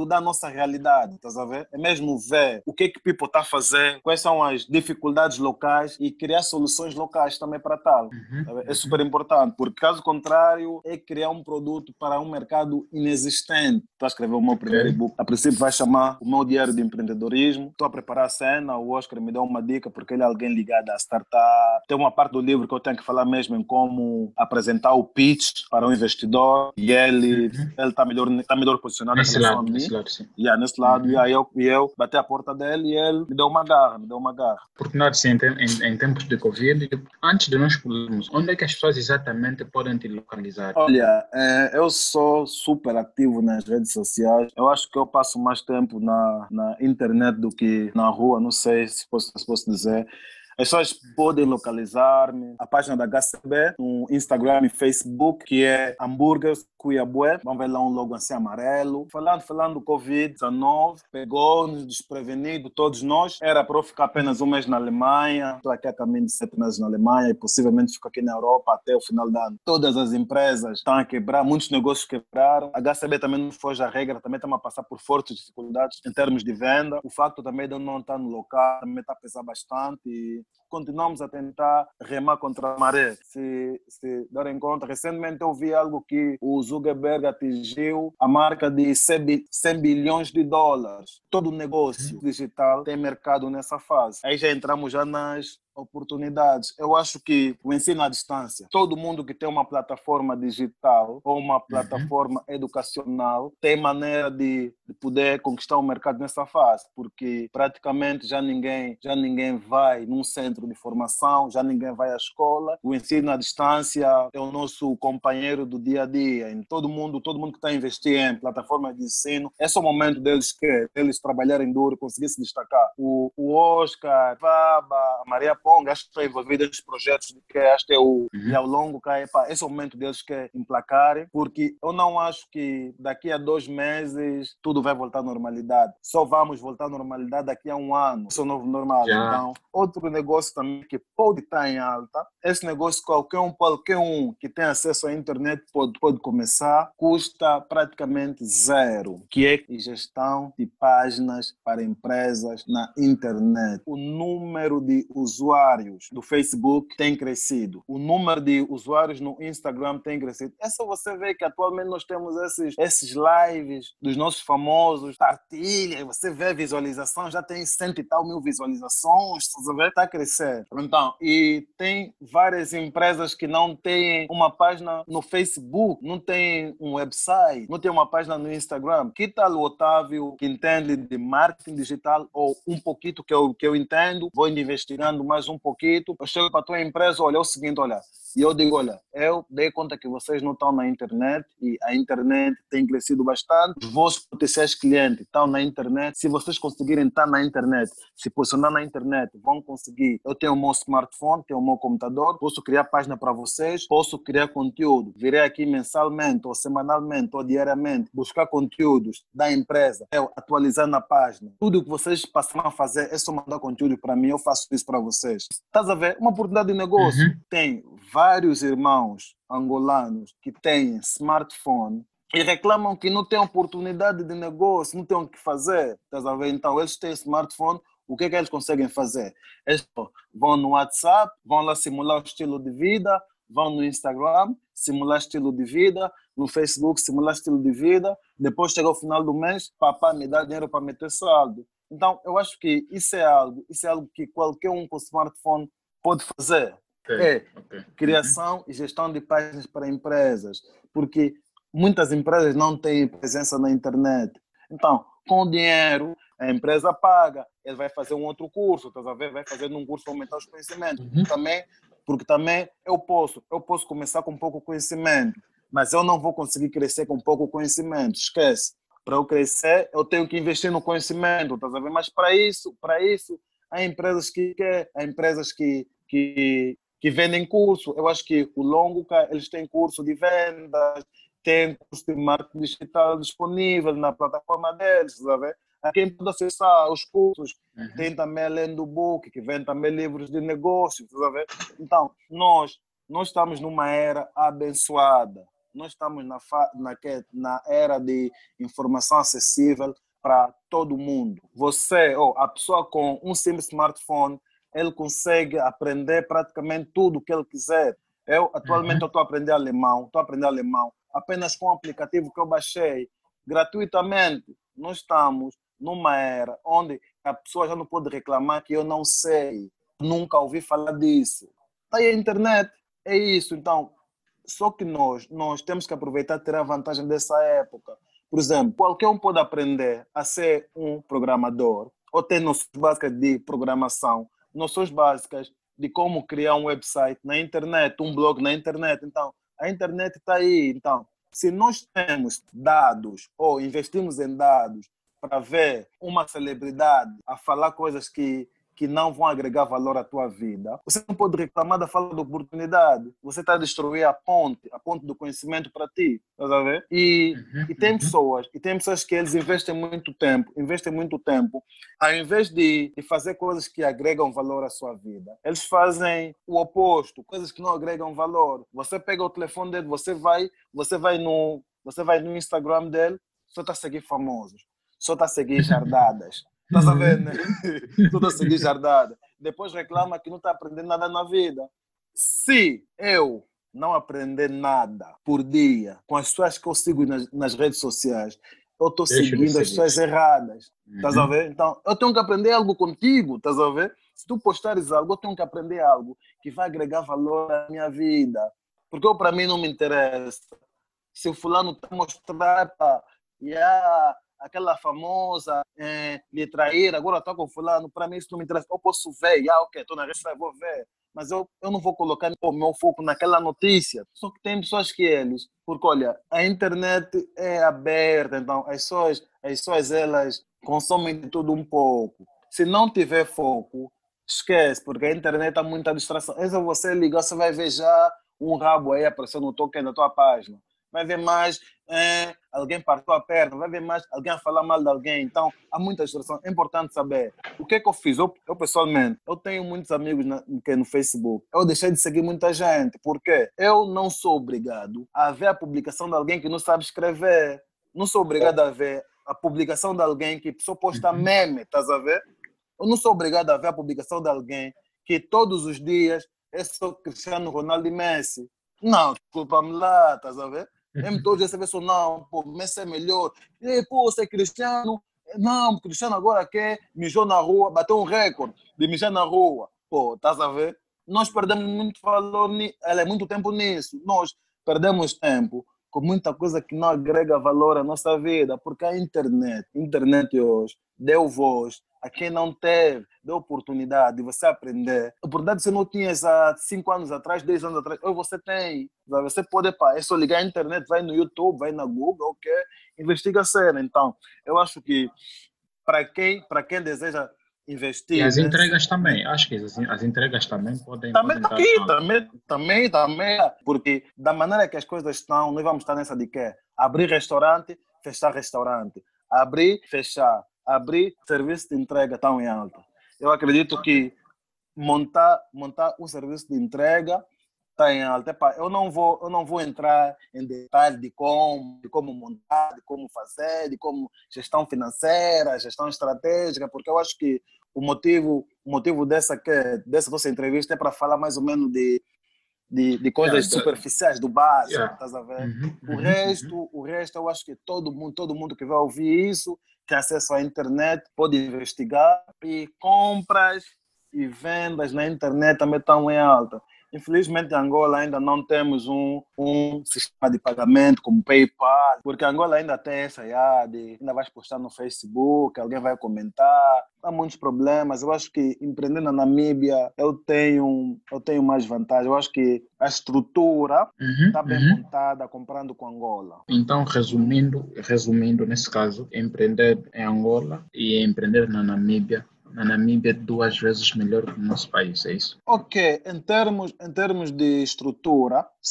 realidade, estás a ver? É mesmo ver o que é que People está a fazer, quais são as dificuldades locais e criar soluções locais também para tal. Uhum. É super importante, porque caso contrário é criar um produto para um mercado inexistente. Estou a escrever o meu Ok. primeiro e-book. A princípio vai chamar O Meu Diário de Empreendedorismo. Estou a preparar a cena, o Oscar me deu uma dica porque ele é alguém ligado à startup. Tem uma parte do livro que eu tenho que falar mesmo em como apresentar o pitch para um investidor e ele Uhum. ele está melhor, tá melhor posicionado em Nesse relação lado, a mim. nesse lado, sim. Yeah, nesse lado, Uhum. e aí eu, e eu bati a porta dele e ele me deu uma garra, me deu uma garra. Porque nós, sim, em, tem- em- em tempos de Covid, antes de nós pularmos, onde é que as pessoas exatamente podem te localizar? Olha, eh, eu sou super ativo nas redes sociais. Eu acho que eu passo mais tempo na, na internet do que na rua, não sei se posso, se posso dizer. As pessoas podem localizar-me. A página da H C B, no Instagram e Facebook, que é Hambúrgueres Cuiabué. Vamos ver lá um logo assim amarelo. Falando, falando do covid dezenove, pegou-nos desprevenido, todos nós. Era para eu ficar apenas um mês na Alemanha. Estou aqui a caminho de sete meses na Alemanha e possivelmente fico aqui na Europa até o final do ano. Todas as empresas estão a quebrar, muitos negócios quebraram. A H C B também não foge à regra, também estamos a passar por fortes dificuldades em termos de venda. O facto também de eu não estar no local também está a pesar bastante e continuamos a tentar remar contra a maré. Se, se darem conta, recentemente eu vi algo que o Zuckerberg atingiu a marca de cem bilhões de dólares. Todo negócio digital tem mercado nessa fase. Aí já entramos já nas oportunidades. Eu acho que o ensino à distância, todo mundo que tem uma plataforma digital ou uma plataforma uhum. educacional tem maneira de, de poder conquistar o mercado nessa fase, porque praticamente já ninguém, já ninguém vai num centro de formação, já ninguém vai à escola. O ensino à distância é o nosso companheiro do dia a dia. E todo mundo, todo mundo que está a investir em plataformas de ensino, esse é o momento deles que eles trabalharem duro, conseguir se destacar. O, o Oscar, Baba, a Maria Ponga, acho que estão envolvidos nesses projetos de que acho que é o uhum. e ao longo que é, pá, esse é o momento deles que é emplacarem, porque eu não acho que daqui a dois meses tudo vai voltar à normalidade. Só vamos voltar à normalidade daqui a um ano. Isso é o novo normal. Já. Então, outro negócio também que pode estar em alta, esse negócio qualquer um, qualquer um que tem acesso à internet pode, pode começar, custa praticamente zero, que é gestão de páginas para empresas na internet. O número de usuários do Facebook tem crescido. O número de usuários no Instagram tem crescido. É só você ver que atualmente nós temos esses, esses lives dos nossos famosos, partilha, você vê a visualização, já tem cento e tal mil visualizações, você vê, está a crescer. Então, e tem várias empresas que não têm uma página no Facebook, não tem um website, não tem uma página no Instagram. Que tal o Otávio, que entende de marketing digital, ou um pouquinho que eu, que eu entendo, vou investigando mais um pouquinho, eu chego para a tua empresa, olha, é o seguinte, olha, e eu digo, olha, eu dei conta que vocês não estão na internet e a internet tem crescido bastante, os vossos potenciais clientes estão na internet, se vocês conseguirem estar na internet, se posicionar na internet, vão conseguir. Eu tenho o meu smartphone, tenho o meu computador, posso criar página para vocês, posso criar conteúdo, virei aqui mensalmente ou semanalmente ou diariamente, buscar conteúdos da empresa, eu atualizar na página. Tudo o que vocês passam a fazer é só mandar conteúdo para mim, eu faço isso para vocês. Estás a ver? Uma oportunidade de negócio. Uhum. Tem vários irmãos angolanos que têm smartphone e reclamam que não têm oportunidade de negócio, não têm o que fazer. Estás a ver? Então, eles têm smartphone, o que é que eles conseguem fazer? Eles vão no WhatsApp, vão lá simular o estilo de vida, vão no Instagram, simular estilo de vida, no Facebook, simular estilo de vida, depois chega ao final do mês, papá me dá dinheiro para meter saldo. Então, eu acho que isso é algo, isso é algo que qualquer um com smartphone pode fazer. Okay, é okay. criação uhum. e gestão de páginas para empresas, porque muitas empresas não têm presença na internet. Então, com o dinheiro, a empresa paga, ele vai fazer um outro curso, tá a ver? Vai fazer um curso para aumentar os conhecimentos. Uhum. Também, porque também eu posso, eu posso começar com pouco conhecimento, mas eu não vou conseguir crescer com pouco conhecimento, esquece. Para eu crescer, eu tenho que investir no conhecimento, tá a ver? Mas para isso, para isso, há empresas que, há empresas que, que que vendem curso. Eu acho que o Longo, eles têm curso de vendas, têm curso de marketing digital disponível na plataforma deles, sabe? A quem pode acessar os cursos, uhum. tem também além do book, que vem também livros de negócios, sabe? Então, nós, nós estamos numa era abençoada. Nós estamos na, fa- na, na era de informação acessível para todo mundo. Você, ou a pessoa com um simples smartphone, ele consegue aprender praticamente tudo o que ele quiser. Eu, atualmente, Uhum. estou a aprender alemão, estou a aprender alemão apenas com um aplicativo que eu baixei gratuitamente. Nós estamos numa era onde a pessoa já não pode reclamar que eu não sei, nunca ouvi falar disso. Está aí a internet, é isso. Então, só que nós, nós temos que aproveitar e ter a vantagem dessa época. Por exemplo, qualquer um pode aprender a ser um programador ou ter noções básicas de programação, noções básicas de como criar um website na internet, um blog na internet. Então, a internet está aí. Então, se nós temos dados ou investimos em dados para ver uma celebridade a falar coisas que, que não vão agregar valor à tua vida, você não pode reclamar da falta de oportunidade. Você está a destruir a ponte, a ponte do conhecimento para ti. Estás a ver? E, Uhum. e tem Uhum. pessoas, e tem pessoas que eles investem muito tempo, investem muito tempo, ao invés de, de fazer coisas que agregam valor à sua vida, eles fazem o oposto, coisas que não agregam valor. Você pega o telefone dele, você vai, você vai no, você vai no Instagram dele, só está a seguir famosos, só está a seguir jardadas. Estás a ver, né? Só está a seguir jardadas. Depois reclama que não está aprendendo nada na vida. Se eu não aprender nada por dia com as pessoas que eu sigo nas, nas redes sociais, eu estou Deixa de seguindo as seguir. pessoas erradas. Estás a Uhum. ver? Então, eu tenho que aprender algo contigo, estás a ver? Se tu postares algo, eu tenho que aprender algo que vai agregar valor à minha vida. Porque eu, para mim, não me interessa. Se o fulano está a mostrar, pá, yeah, aquela famosa é, lhe trair, agora está com fulano, para mim isso não me interessa. Eu posso ver, yeah, ok, estou na rede, vou ver. Mas eu, eu não vou colocar o meu foco naquela notícia. Só que tem pessoas que eles... Porque, olha, a internet é aberta, então as pessoas, as pessoas elas consomem de tudo um pouco. Se não tiver foco, esquece, porque a internet há muita distração. É só você ligar, você vai ver já um rabo aí aparecendo no token da tua página. Vai ver mais é, alguém partiu a perna, vai ver mais alguém a falar mal de alguém. Então, há muita distração. É importante saber o que é que eu fiz. Eu, eu pessoalmente, eu tenho muitos amigos na, que no Facebook. Eu deixei de seguir muita gente, porque eu não sou obrigado a ver a publicação de alguém que não sabe escrever. Não sou obrigado a ver a publicação de alguém que só posta meme, estás a ver? Eu não sou obrigado a ver a publicação de alguém que todos os dias é só Cristiano Ronaldo e Messi. Não, desculpa-me lá, estás a ver? Mesmo todos essa pessoa, não, pô, Messi é melhor. E, pô, você é Cristiano. Não, Cristiano agora quer, mijou na rua, bateu um recorde de mijar na rua. Pô, estás a ver? Nós perdemos muito valor, ela é muito tempo nisso. Nós perdemos tempo com muita coisa que não agrega valor à nossa vida, porque a internet, a internet hoje, deu voz a quem não teve, deu oportunidade de você aprender. A oportunidade você não tinha há cinco anos atrás, dez anos atrás, hoje você tem. Você pode, pá, é só ligar a internet, vai no YouTube, vai na Google, ok? Investiga a cena. Então, eu acho que para quem, para quem deseja investir... E as nesse, entregas também, acho que as, as entregas também podem, também podem está dar aqui, algo. também, também, também, porque da maneira que as coisas estão, nós vamos estar nessa de quê? Abrir restaurante, fechar restaurante, abrir, fechar, abrir, serviço de entrega tão em alta. Eu acredito que montar, montar um serviço de entrega está em alta. Epa, eu não vou, eu não vou entrar em detalhe de como, de como montar, de como fazer, de como gestão financeira, gestão estratégica, porque eu acho que o motivo, o motivo dessa, que, dessa nossa entrevista é para falar mais ou menos de, de, de coisas Yeah, the- superficiais, do básico, yeah. estás a ver? Uhum, O uhum, resto, uhum. o resto, eu acho que todo mundo, todo mundo que vai ouvir isso, tem acesso à internet, pode investigar, e compras e vendas na internet também estão em alta. Infelizmente, em Angola ainda não temos um, um sistema de pagamento como PayPal, porque Angola ainda tem essa já de ainda vais postar no Facebook, alguém vai comentar, há muitos problemas. Eu acho que empreender na Namíbia, eu tenho, eu tenho mais vantagem. Eu acho que a estrutura Uhum, está bem uhum. montada comparando com Angola. Então, resumindo, resumindo nesse caso, empreender em Angola e empreender na Namíbia, na Namíbia é duas vezes melhor que no nosso país, é isso? Ok, em termos, em termos de estrutura, sim.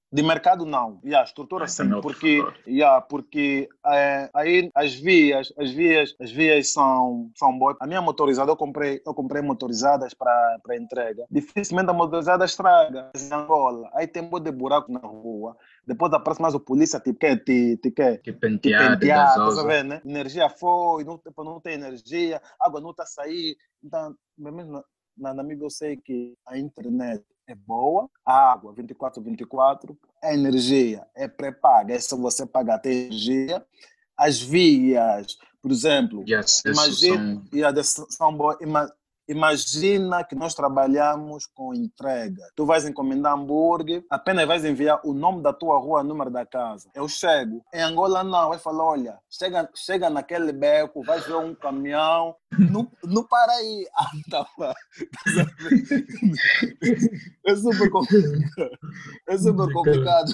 De mercado não, yeah, estrutura Ah, sim, também é outro porque, fator. yeah, porque é, aí as vias, as vias, as vias são, são boas. A minha motorizada, eu comprei, eu comprei motorizadas para para entrega. Dificilmente a motorizada estraga em Angola. Aí tem um monte de buraco na rua. Depois aparece mais o polícia te quer te, te quer Que te penteado e pentear, tá gasosa. sabendo, né? Energia foi, não, tipo, não tem energia, água não está a sair. Então, mesmo na, na Namíbia eu sei que a internet é boa, a água vinte e quatro por vinte e quatro, a energia é pré-paga, é só você pagar a energia. As vias, por exemplo, De acesso imagina, são. e a são boas, ima- imagina que nós trabalhamos com entrega. Tu vais encomendar hambúrguer, apenas vais enviar o nome da tua rua, o número da casa. Eu chego. Em Angola não, vai falar, olha, chega, chega naquele beco, vais ver um caminhão, não, não para aí. Ah, tá, pá. É super complicado. É super complicado.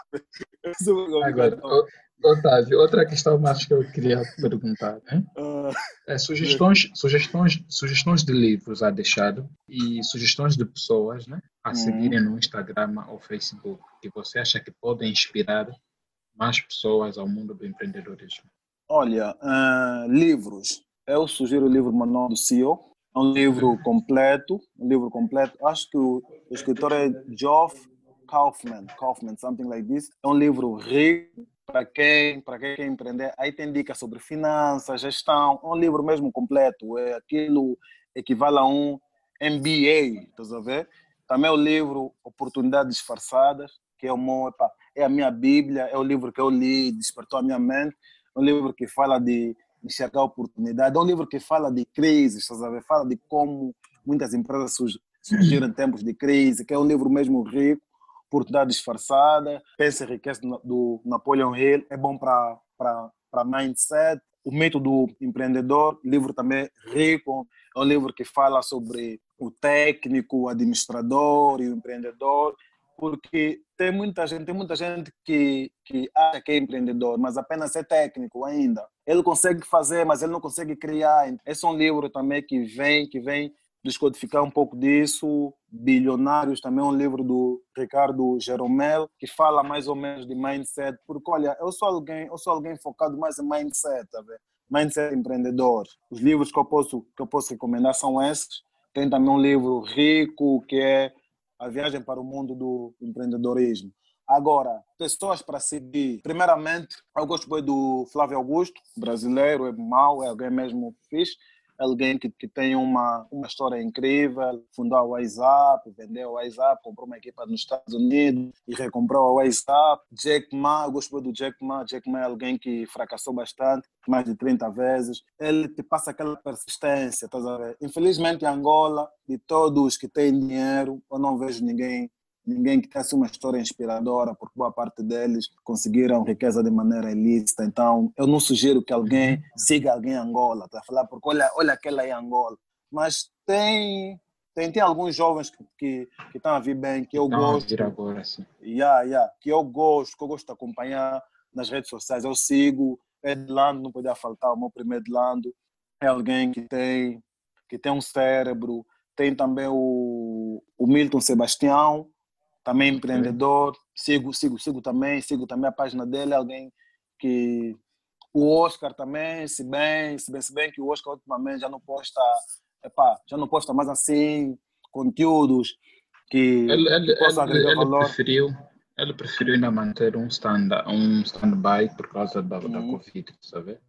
É super Agora, complicado. Ô- Otávio, outra questão mais que eu queria perguntar, né? Ah, É sugestões, sugestões, sugestões de livros a deixar e sugestões de pessoas, né, a hum. seguirem no Instagram ou Facebook que você acha que podem inspirar mais pessoas ao mundo do empreendedorismo. Olha, ah, livros. Eu sugiro o livro Manual do C E O. É um livro completo, um livro completo. Acho que o, o escritor é Geoff Kaufman, Kaufman, something like this. É um livro rico para quem, para quem quer empreender. Aí tem dicas sobre finanças, gestão. É um livro mesmo completo. É aquilo equivale a um M B A, estás a ver? Também o livro Oportunidades Disfarçadas, que é, o meu, epá, é a minha Bíblia, é o livro que eu li, despertou a minha mente. É um livro que fala de enxergar oportunidade. É um livro que fala de crises, sabe? Fala de como muitas empresas surgiram em tempos de crise, que é um livro mesmo rico, oportunidade disfarçada. Pensa e Riqueza do Napoleon Hill, é bom para para mindset. O Mito do Empreendedor, livro também rico, é um livro que fala sobre o técnico, o administrador e o empreendedor, porque tem muita gente, tem muita gente que, que acha que é empreendedor, mas apenas é técnico ainda. Ele consegue fazer, mas ele não consegue criar. Esse é um livro também que vem, que vem descodificar um pouco disso. Bilionários, também é um livro do Ricardo Jeromel, que fala mais ou menos de mindset, porque olha, eu sou alguém, eu sou alguém focado mais em mindset, tá vendo? Mindset empreendedor. Os livros que eu posso que eu posso recomendar são esses. Tem também um livro rico que é A Viagem para o Mundo do Empreendedorismo. Agora, pessoas para seguir. Primeiramente, eu gosto bem do Flávio Augusto, brasileiro, é mau, é alguém mesmo fixe. É alguém que, que tem uma, uma história incrível, fundou a WhatsApp, vendeu a WhatsApp, comprou uma equipa nos Estados Unidos e recomprou a WhatsApp. Jack Ma, eu gosto muito do Jack Ma. Jack Ma é alguém que fracassou bastante, mais de trinta vezes. Ele te passa aquela persistência, tá a ver? Infelizmente, em Angola, de todos que têm dinheiro, eu não vejo ninguém ninguém que tenha uma história inspiradora, porque boa parte deles conseguiram riqueza de maneira ilícita. Então, eu não sugiro que alguém siga alguém em Angola, tá a falar, porque olha, olha aquela aí em Angola. Mas tem, tem, tem alguns jovens que, que, que estão a vir bem, que eu Então, a gosto, vir agora, sim. yeah, yeah, que eu gosto, que eu gosto de acompanhar nas redes sociais. Eu sigo Edlando, não podia faltar, o meu primeiro Edlando. É alguém que tem, que tem um cérebro. Tem também o, o Milton Sebastião, também Ok. empreendedor, sigo, sigo, sigo também, sigo também a página dele, alguém que o Oscar também, se bem, se bem, se bem que o Oscar ultimamente já não posta, epá, já não posta mais assim conteúdos que, Ele, que ele, possam ele, agregar ele valor. preferiu, ele preferiu ainda manter um stand, um stand-by por causa da, da Uhum. Covid, sabe?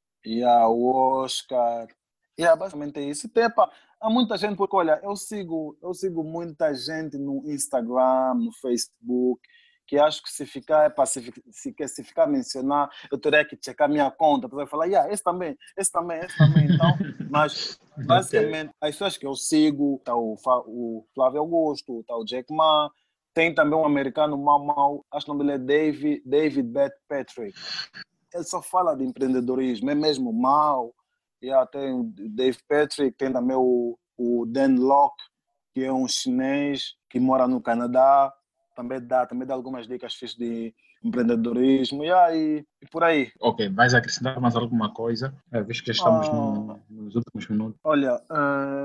E a Oscar, e é basicamente isso. E tem, epá, há muita gente, porque olha, eu sigo, eu sigo muita gente no Instagram, no Facebook, que acho que se ficar, epá, se, fi- se, quer- se ficar a mencionar, eu teria que checar minha conta, para falar, yeah, esse também, esse também, esse também. Então, mas Ok. basicamente, as pessoas que eu sigo, tá o, Fa- o Flávio Augusto, tá o Jack Ma, tem também um americano mau mau, acho que o nome dele é David, David Bet- Patrick. Ele só fala de empreendedorismo, é mesmo mal. E yeah, tem o Dave Patrick, tem também o, o Dan Locke, que é um chinês que mora no Canadá, também dá, também dá algumas dicas fixas de empreendedorismo. Yeah, e, e por aí. Ok, vais acrescentar mais alguma coisa? É, visto que já estamos Ah, no, nos últimos minutos. olha, ah,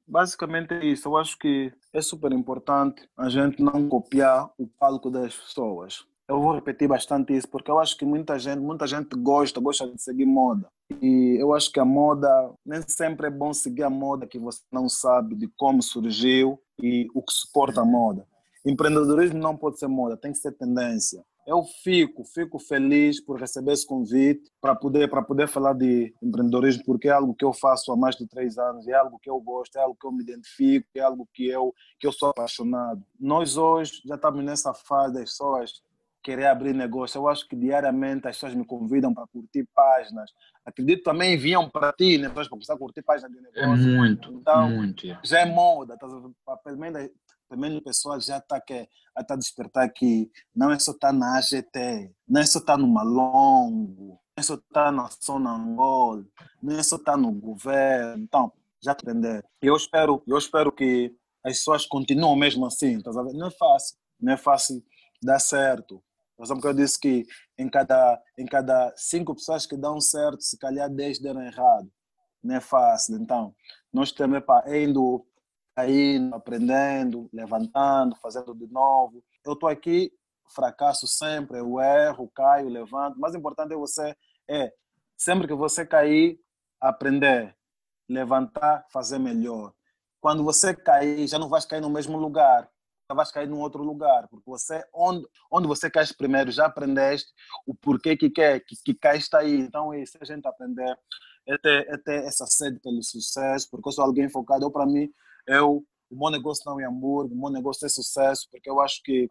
Basicamente é isso. Eu acho que é super importante a gente não copiar o palco das pessoas. Eu vou repetir bastante isso porque eu acho que muita gente, muita gente gosta, gosta de seguir moda. E eu acho que a moda, nem sempre é bom seguir a moda que você não sabe de como surgiu e o que suporta a moda. Empreendedorismo não pode ser moda, tem que ser tendência. Eu fico, fico feliz por receber esse convite para poder, para poder falar de empreendedorismo, porque é algo que eu faço há mais de três anos, é algo que eu gosto, é algo que eu me identifico, é algo que eu, que eu sou apaixonado. Nós hoje já estamos nessa fase das pessoas querer abrir negócio. Eu acho que diariamente as pessoas me convidam para curtir páginas. Acredito que também enviam para ti, né, pessoas para começar a curtir páginas de É negócio. muito, Então, muito. É. já é moda. Tá? Pelo menos pelo menos o pessoal já está a tá despertar que não é só estar tá na A G T, não é só estar tá no Malongo, não é só estar tá na Zona Angola, não é só estar tá no governo. Então, já aprender. Eu espero, eu espero que as pessoas continuem mesmo assim. Tá sabendo? Não é fácil, não é fácil dar certo. Por exemplo, eu disse que em cada, em cada cinco pessoas que dão certo, se calhar dez deram errado. Não é fácil. Então, nós temos para indo indo, aprendendo, levantando, fazendo de novo. Eu estou aqui, fracasso sempre, eu erro, caio, levanto. O mais importante é você, é, sempre que você cair, aprender, levantar, fazer melhor. Quando você cair, já não vais cair no mesmo lugar, já vais cair num outro lugar, porque você, onde, onde você caíste primeiro, já aprendeste o porquê que quer, que, que caíste aí. Então, é isso, a gente aprender, é ter, é ter essa sede pelo sucesso, porque eu sou alguém focado, eu, para mim, eu, o meu negócio não é hambúrguer, o meu negócio é sucesso, porque eu acho que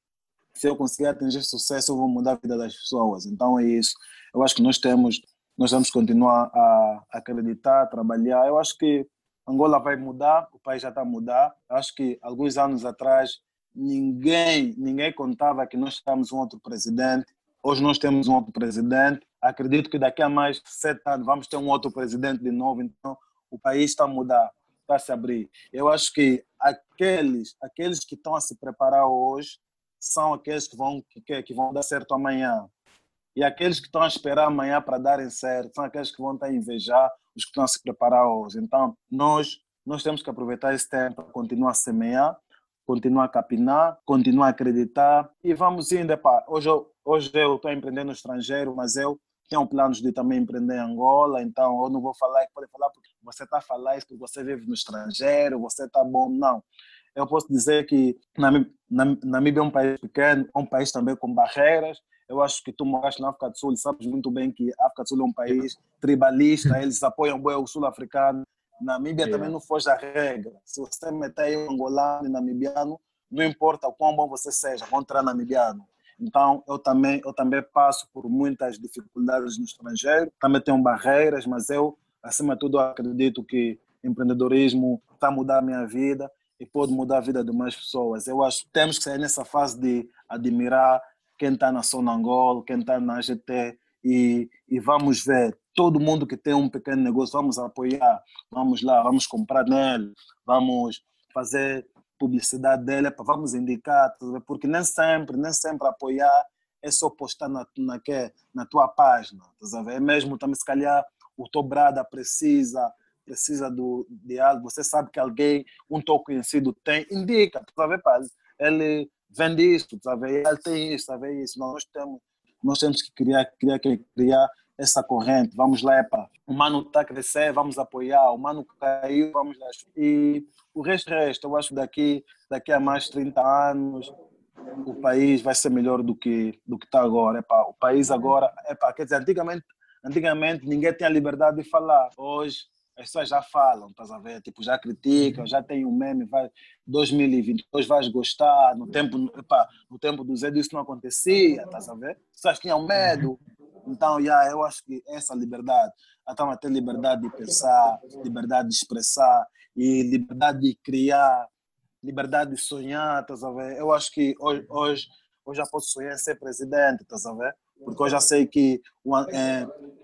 se eu conseguir atingir sucesso, eu vou mudar a vida das pessoas. Então é isso. Eu acho que nós temos, nós vamos continuar a acreditar, a trabalhar. Eu acho que Angola vai mudar, o país já está a mudar. Eu acho que alguns anos atrás ninguém, ninguém contava que nós tínhamos um outro presidente. Hoje nós temos um outro presidente. Acredito que daqui a mais sete anos vamos ter um outro presidente de novo. Então o país está a mudar, está a se abrir. Eu acho que aqueles, aqueles que estão a se preparar hoje são aqueles que vão, que, que vão dar certo amanhã. E aqueles que estão a esperar amanhã para darem certo são aqueles que vão estar a invejar os que estão a se preparar hoje. Então, nós, nós temos que aproveitar esse tempo para continuar a semear, continuar a capinar, continuar a acreditar e vamos indo. Epá, hoje, eu, hoje eu estou a empreender no estrangeiro, mas eu tenho planos de também empreender em Angola, então eu não vou falar, pode falar porque você está a falar isso porque você vive no estrangeiro, você está bom, não. Eu posso dizer que Namíbia é um país pequeno, é um país também com barreiras. Eu acho que tu moraste na África do Sul e sabes muito bem que a África do Sul é um país tribalista, eles apoiam bem o sul-africano. Namíbia yeah. também não foge à regra. Se você meter aí um angolano e namibiano, não importa o quão bom você seja, vão entrar namibiano. Então, eu também, eu também passo por muitas dificuldades no estrangeiro, também tenho barreiras, mas eu, acima de tudo, acredito que empreendedorismo está a mudar a minha vida e pode mudar a vida de mais pessoas. Eu acho que temos que sair nessa fase de admirar quem está na Zona Angola, quem está na A G T e, e vamos ver todo mundo que tem um pequeno negócio, vamos apoiar, vamos lá, vamos comprar nele, vamos fazer publicidade dele, vamos indicar, porque nem sempre, nem sempre apoiar é só postar na, na, na tua página, é mesmo também se calhar o teu brada precisa precisa do, de algo, você sabe que alguém, um teu conhecido tem, indica, sabe, pá, ele vende isso, sabe, ele tem isso, sabe, isso, nós temos, nós temos que criar, criar, criar essa corrente, vamos lá, epa, o mano está a crescer, vamos apoiar, o mano caiu, vamos lá, e o resto, resto, eu acho que daqui, daqui a mais trinta anos, o país vai ser melhor do que do que está agora, epa, o país agora, epa, quer dizer, antigamente, antigamente ninguém tinha liberdade de falar, hoje, as pessoas já falam, estás a ver? Tipo, já criticam, já tem um meme, vai, dois mil e vinte e dois vais gostar, no tempo, epa, no tempo do Zé isso não acontecia, estás a ver? As pessoas tinham medo, então, yeah, eu acho que essa liberdade, estamos a ter liberdade de pensar, liberdade de expressar e liberdade de criar, liberdade de sonhar, estás a ver? Eu acho que hoje, hoje, hoje já posso sonhar em ser presidente, estás a ver? Porque eu já sei que o, é,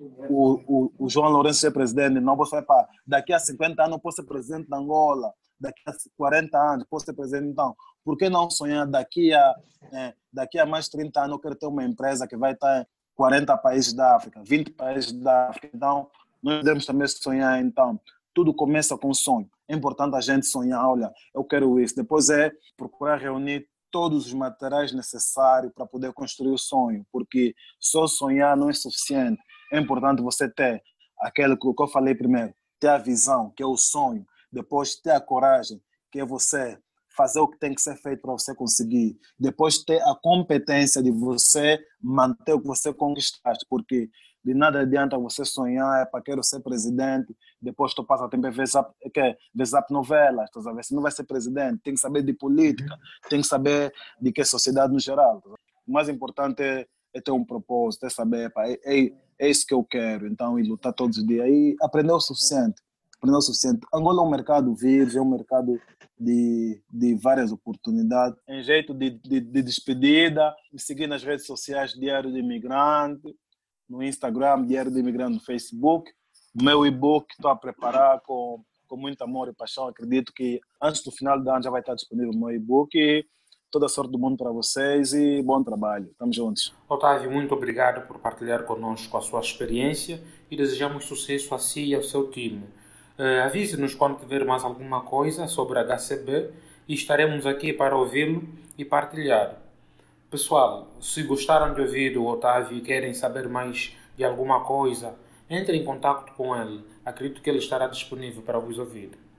o, o, o João Lourenço ser presidente, não posso falar, pá, daqui a cinquenta anos eu posso ser presidente da Angola, daqui a quarenta anos posso ser presidente, então, por que não sonhar daqui a, é, daqui a mais trinta anos eu quero ter uma empresa que vai estar em quarenta países da África, vinte países da África, então nós devemos também sonhar, então, tudo começa com sonho. É importante a gente sonhar, olha, eu quero isso. Depois é procurar reunir todos os materiais necessários para poder construir o sonho, porque só sonhar não é suficiente. É importante você ter aquele que eu falei primeiro, ter a visão, que é o sonho, depois ter a coragem, que é você fazer o que tem que ser feito para você conseguir, depois ter a competência de você manter o que você conquistaste, porque de nada adianta você sonhar, é para quero ser presidente, depois tu passa tempo a ver zap, que, ver zap novelas, tá sabendo? Você não vai ser presidente, tem que saber de política, tem que saber de que sociedade no geral. Tá, o mais importante é, é ter um propósito, é saber, pá, é, é, é isso que eu quero, então, e lutar todos os dias, e aprender o suficiente, aprender o suficiente. Angola é um mercado virgem, é um mercado de, de várias oportunidades. Em jeito de, de, de despedida, me seguir nas redes sociais Diário do Imigrante, no Instagram, Diário do Imigrante, no Facebook. O meu e-book estou a preparar com, com muito amor e paixão. Acredito que antes do final do ano já vai estar disponível o meu e-book. E toda a sorte do mundo para vocês e bom trabalho. Estamos juntos. Otávio, muito obrigado por partilhar conosco a sua experiência e desejamos sucesso a si e ao seu time. Uh, avise-nos quando tiver mais alguma coisa sobre H C B e estaremos aqui para ouvi-lo e partilhar. Pessoal, se gostaram de ouvir o Otávio e querem saber mais de alguma coisa, entre em contato com ele. Acredito que ele estará disponível para vos ouvir.